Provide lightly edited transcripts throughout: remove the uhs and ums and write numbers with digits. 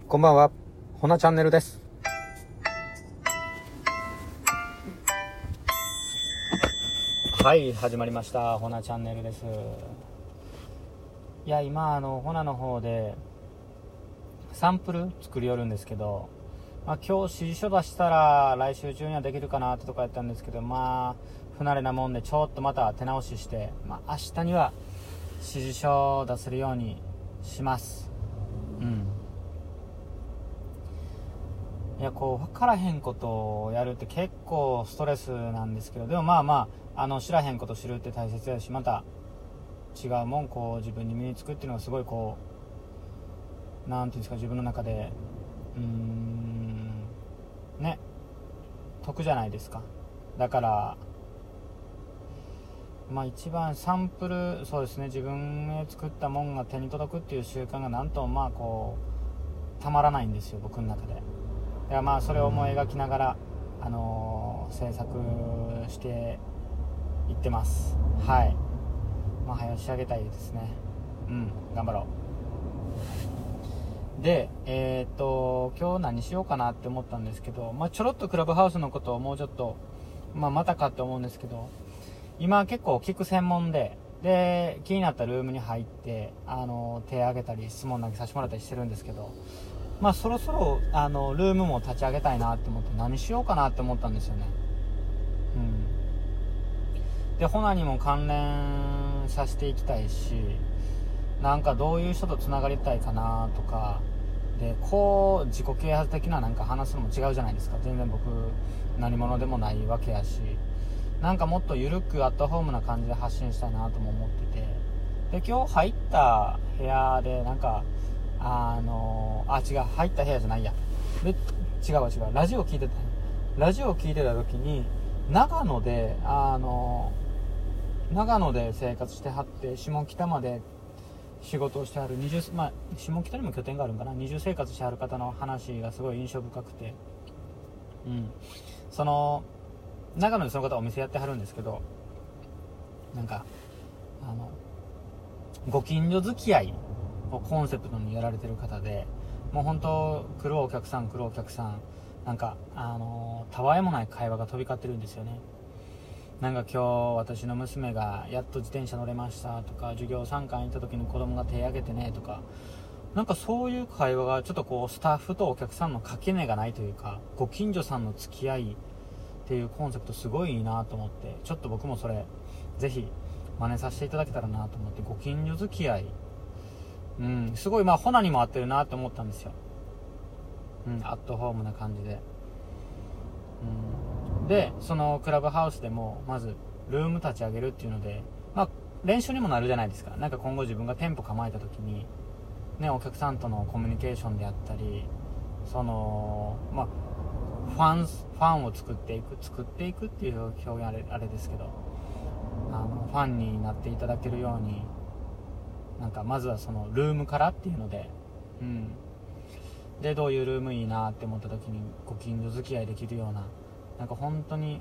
こんばんは、ほなチャンネルです。はい、始まりました。ほなチャンネルです。いや、今ほなの方でサンプル作りよるんですけど、今日指示書出したら来週中にはできるかなってとこやったんですけど、不慣れなもんでちょっとまた手直しして、明日には指示書を出せるようにします。いや、分からへんことをやるって結構ストレスなんですけど、でも知らへんこと知るって大切だし、また違うもん自分に身につくっていうのがすごいなんていうんですか、自分の中でね、得じゃないですか。だから一番サンプル、そうですね、自分で作ったもんが手に届くっていう習慣がなんとたまらないんですよ、僕の中で。いや、それを思い描きながら制作していってます。はい。早仕上げたいですね。頑張ろう。で、今日何しようかなって思ったんですけど、ちょろっとクラブハウスのことをもうちょっとまたかって思うんですけど、今結構聞く専門で気になったルームに入って手挙げたり質問投げさせてもらったりしてるんですけど、そろそろルームも立ち上げたいなって思って、何しようかなって思ったんですよね。で、ホナにも関連させていきたいし、どういう人とつながりたいかなとかで、自己啓発的な話すのも違うじゃないですか。全然僕何者でもないわけやし、もっと緩くアットホームな感じで発信したいなとも思ってて、で、今日入った部屋で違う、入った部屋じゃないや。で、違う、ラジオ聞いてた時に、長野で生活してはって、下北まで仕事をしてはる下北にも拠点があるんかな、二重生活してはる方の話がすごい印象深くて、長野でその方お店やってはるんですけど、ご近所付き合いをコンセプトにやられてる方で、もう本当来るお客さんたわいもない会話が飛び交ってるんですよね。今日私の娘がやっと自転車乗れましたとか、授業参観行った時に子供が手挙げてねとか、そういう会話がちょっとスタッフとお客さんの垣根がないというか、ご近所さんの付き合いっていうコンセプトすごいいいなと思って、ちょっと僕もそれぜひ真似させていただけたらなと思って、ご近所付き合いすごいホナにも合ってるなと思ったんですよ。アットホームな感じで。で、そのクラブハウスでもまずルーム立ち上げるっていうので、練習にもなるじゃないですか。今後自分が店舗構えた時にね、お客さんとのコミュニケーションであったり、ファンを作っていくっていう表現あれですけど、ファンになっていただけるように、まずはそのルームからっていうので、で、どういうルームいいなって思った時にご近所付き合いできるような、本当に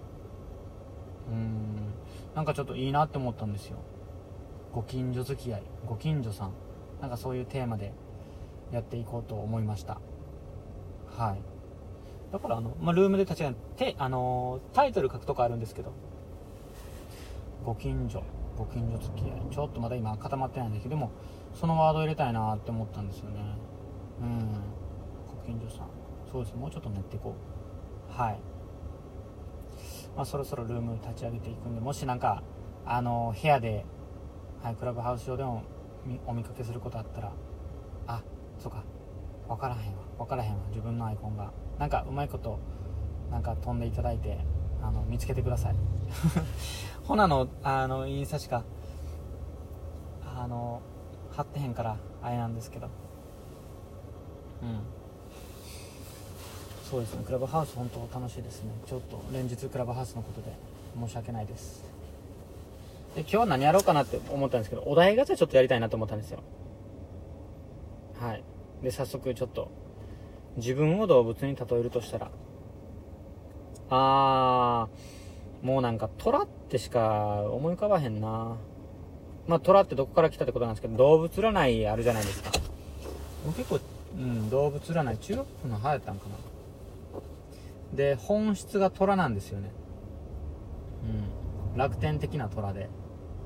ちょっといいなって思ったんですよ。ご近所付き合い、ご近所さん、そういうテーマでやっていこうと思いました。はい。だからルームで立ち上げてタイトル書くとかあるんですけど、ご近所付き合い、ちょっとまだ今固まってないんだけど、でもそのワード入れたいなって思ったんですよね。ご近所さん、そうです。もうちょっと練っていこう。はい。そろそろルーム立ち上げていくんで、もし部屋で、クラブハウス上でもお見かけすることあったら、そうか、分からへんわ、自分のアイコンがうまいこと飛んでいただいて見つけてください。ほなのインスタしか貼ってへんからあれなんですけど、そうですね、クラブハウス本当楽しいですね。ちょっと連日クラブハウスのことで申し訳ないです。で、今日は何やろうかなって思ったんですけど、お題ガチャちょっとやりたいなと思ったんですよ。はい。で、早速ちょっと自分を動物に例えるとしたら、もう虎ってしか思い浮かばへんな。虎ってどこから来たってことなんですけど、動物占いあるじゃないですか。結構動物占い中国の流行ったんかな。で本質が虎なんですよね。楽天的な虎で、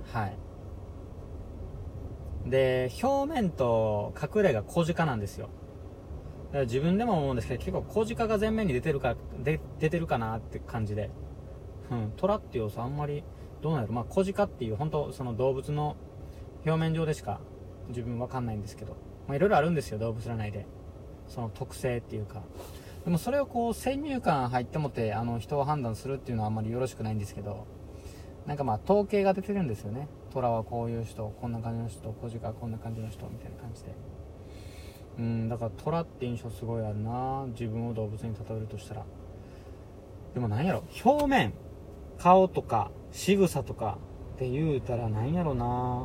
で表面と隠れが小鹿なんですよ。だから自分でも思うんですけど、結構小鹿が前面に出てるかなって感じで、虎っていう要素あんまりどうなる、小鹿っていう本当その動物の表面上でしか自分わかんないんですけど、いろいろあるんですよ動物占いで、その特性っていうか。でもそれをこう先入観入ってもって人を判断するっていうのはあんまりよろしくないんですけど、なんか統計が出てるんですよね。虎はこういう人、こんな感じの人、小鹿はこんな感じの人みたいな感じで、だから虎って印象すごいあるな、自分を動物に例えるとしたら。でもなんやろ、表面、顔とか仕草とかって言うたらなんやろな。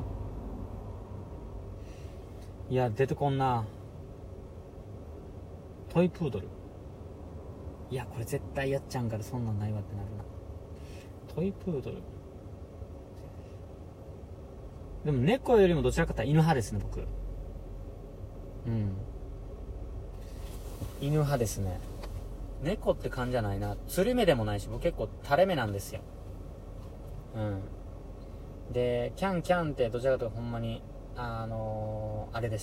いや出てこんな。トイプードル。いやこれ絶対やっちゃんからそんなんないわってなるな。トイプードル。でも猫よりもどちらかというと犬派ですね僕。犬派ですね。猫って感じじゃないな。つり目でもないし、僕結構垂れ目なんですよ。でキャンキャンってどちらかというとほんまにあれです、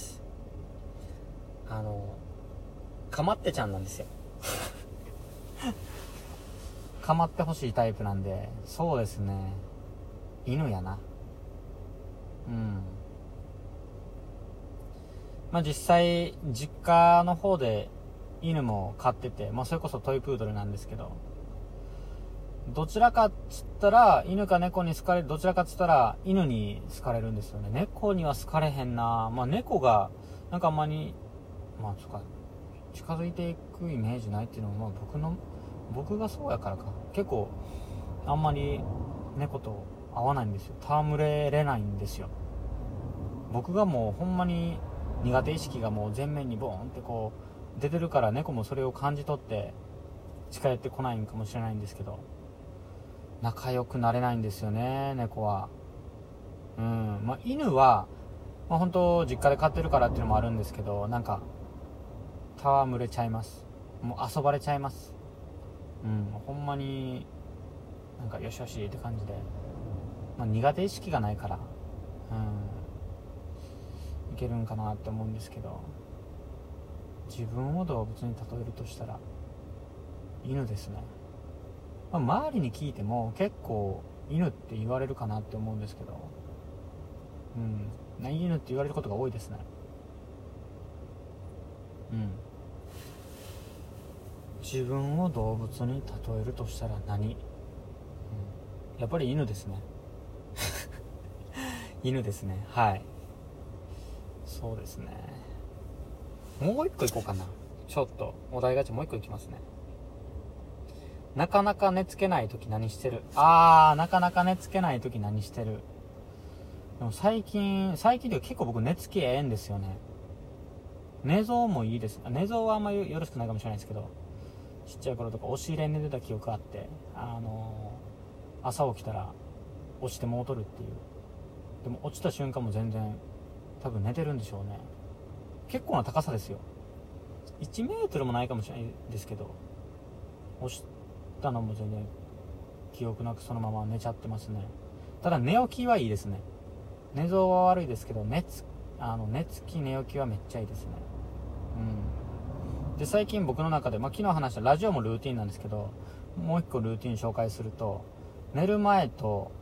かまってちゃんなんですよかまってほしいタイプなんで、そうですね、犬やな。実際実家の方で犬も飼ってて、それこそトイプードルなんですけど、どちらかっつったら犬か猫に好かれる、どちらかっつったら犬に好かれるんですよね。猫には好かれへんな。猫がなんかあんまりそっか、近づいていくイメージないっていうのも、僕がそうやからか、結構あんまり猫と合わないんですよ。戯れれないんですよ。僕がもうほんまに苦手意識がもう前面にボーンってこう出てるから、猫もそれを感じ取って近寄ってこないんかもしれないんですけど、仲良くなれないんですよね猫は。犬は本当実家で飼ってるからっていうのもあるんですけど、なんか戯れちゃいます。もう遊ばれちゃいます。ほんまになんかよしよしって感じで、苦手意識がないからいけるんかなって思うんですけど、自分を動物に例えるとしたら犬ですね。周りに聞いても結構犬って言われるかなって思うんですけど、犬って言われることが多いですね。自分を動物に例えるとしたら何、やっぱり犬ですね犬ですね。そうですね。もう一個いこうかな。ちょっとお題ガチャもう一個いきますね。なかなか寝つけないとき何してる？なかなか寝つけないとき何してる？でも最近では結構僕寝つきええんですよね。寝相もいいです。寝相はあんまりよろしくないかもしれないですけど、ちっちゃい頃とか押し入れに寝てた記憶あって、朝起きたら落ちてもうとるっていう。でも落ちた瞬間も全然多分寝てるんでしょうね。結構な高さですよ。1メートルもないかもしれないですけど、落ちたのも全然記憶なくそのまま寝ちゃってますね。ただ寝起きはいいですね。寝相は悪いですけど、寝つき寝起きはめっちゃいいですね。で最近僕の中で、昨日話したラジオもルーティンなんですけど、もう一個ルーティン紹介すると、寝る前と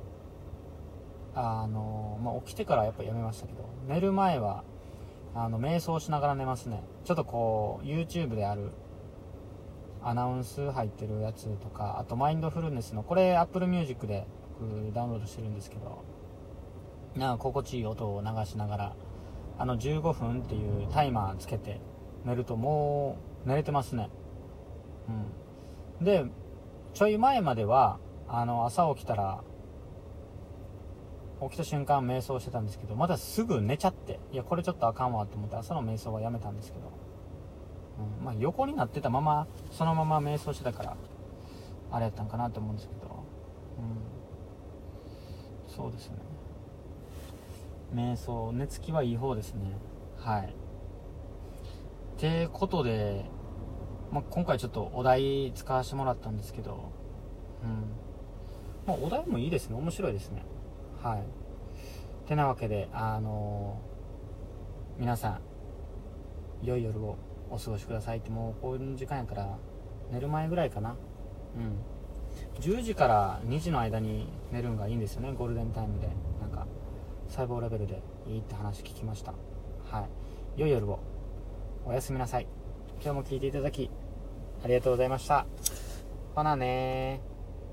起きてからやっぱやめましたけど、寝る前は瞑想しながら寝ますね。ちょっとこう YouTube であるアナウンス入ってるやつとか、あとマインドフルネスの、これ Apple Music で僕ダウンロードしてるんですけど、なんか心地いい音を流しながら15分っていうタイマーつけて寝るともう寝れてますね。でちょい前までは朝起きた瞬間瞑想してたんですけど、またすぐ寝ちゃって、いやこれちょっとあかんわと思って朝の瞑想はやめたんですけど、横になってたままそのまま瞑想してたからあれやったんかなと思うんですけど、そうですね、瞑想寝つきはいい方ですね。 てことで、今回ちょっとお題使わせてもらったんですけど、お題もいいですね。面白いですね。はい。てなわけで、皆さん良い夜をお過ごしくださいって。もうこういう時間やから寝る前ぐらいかな。10時から2時の間に寝るんがいいんですよね。ゴールデンタイムでなんか細胞レベルでいいって話聞きました。はい。良い夜を。おやすみなさい。今日も聞いていただきありがとうございました。ほなねー。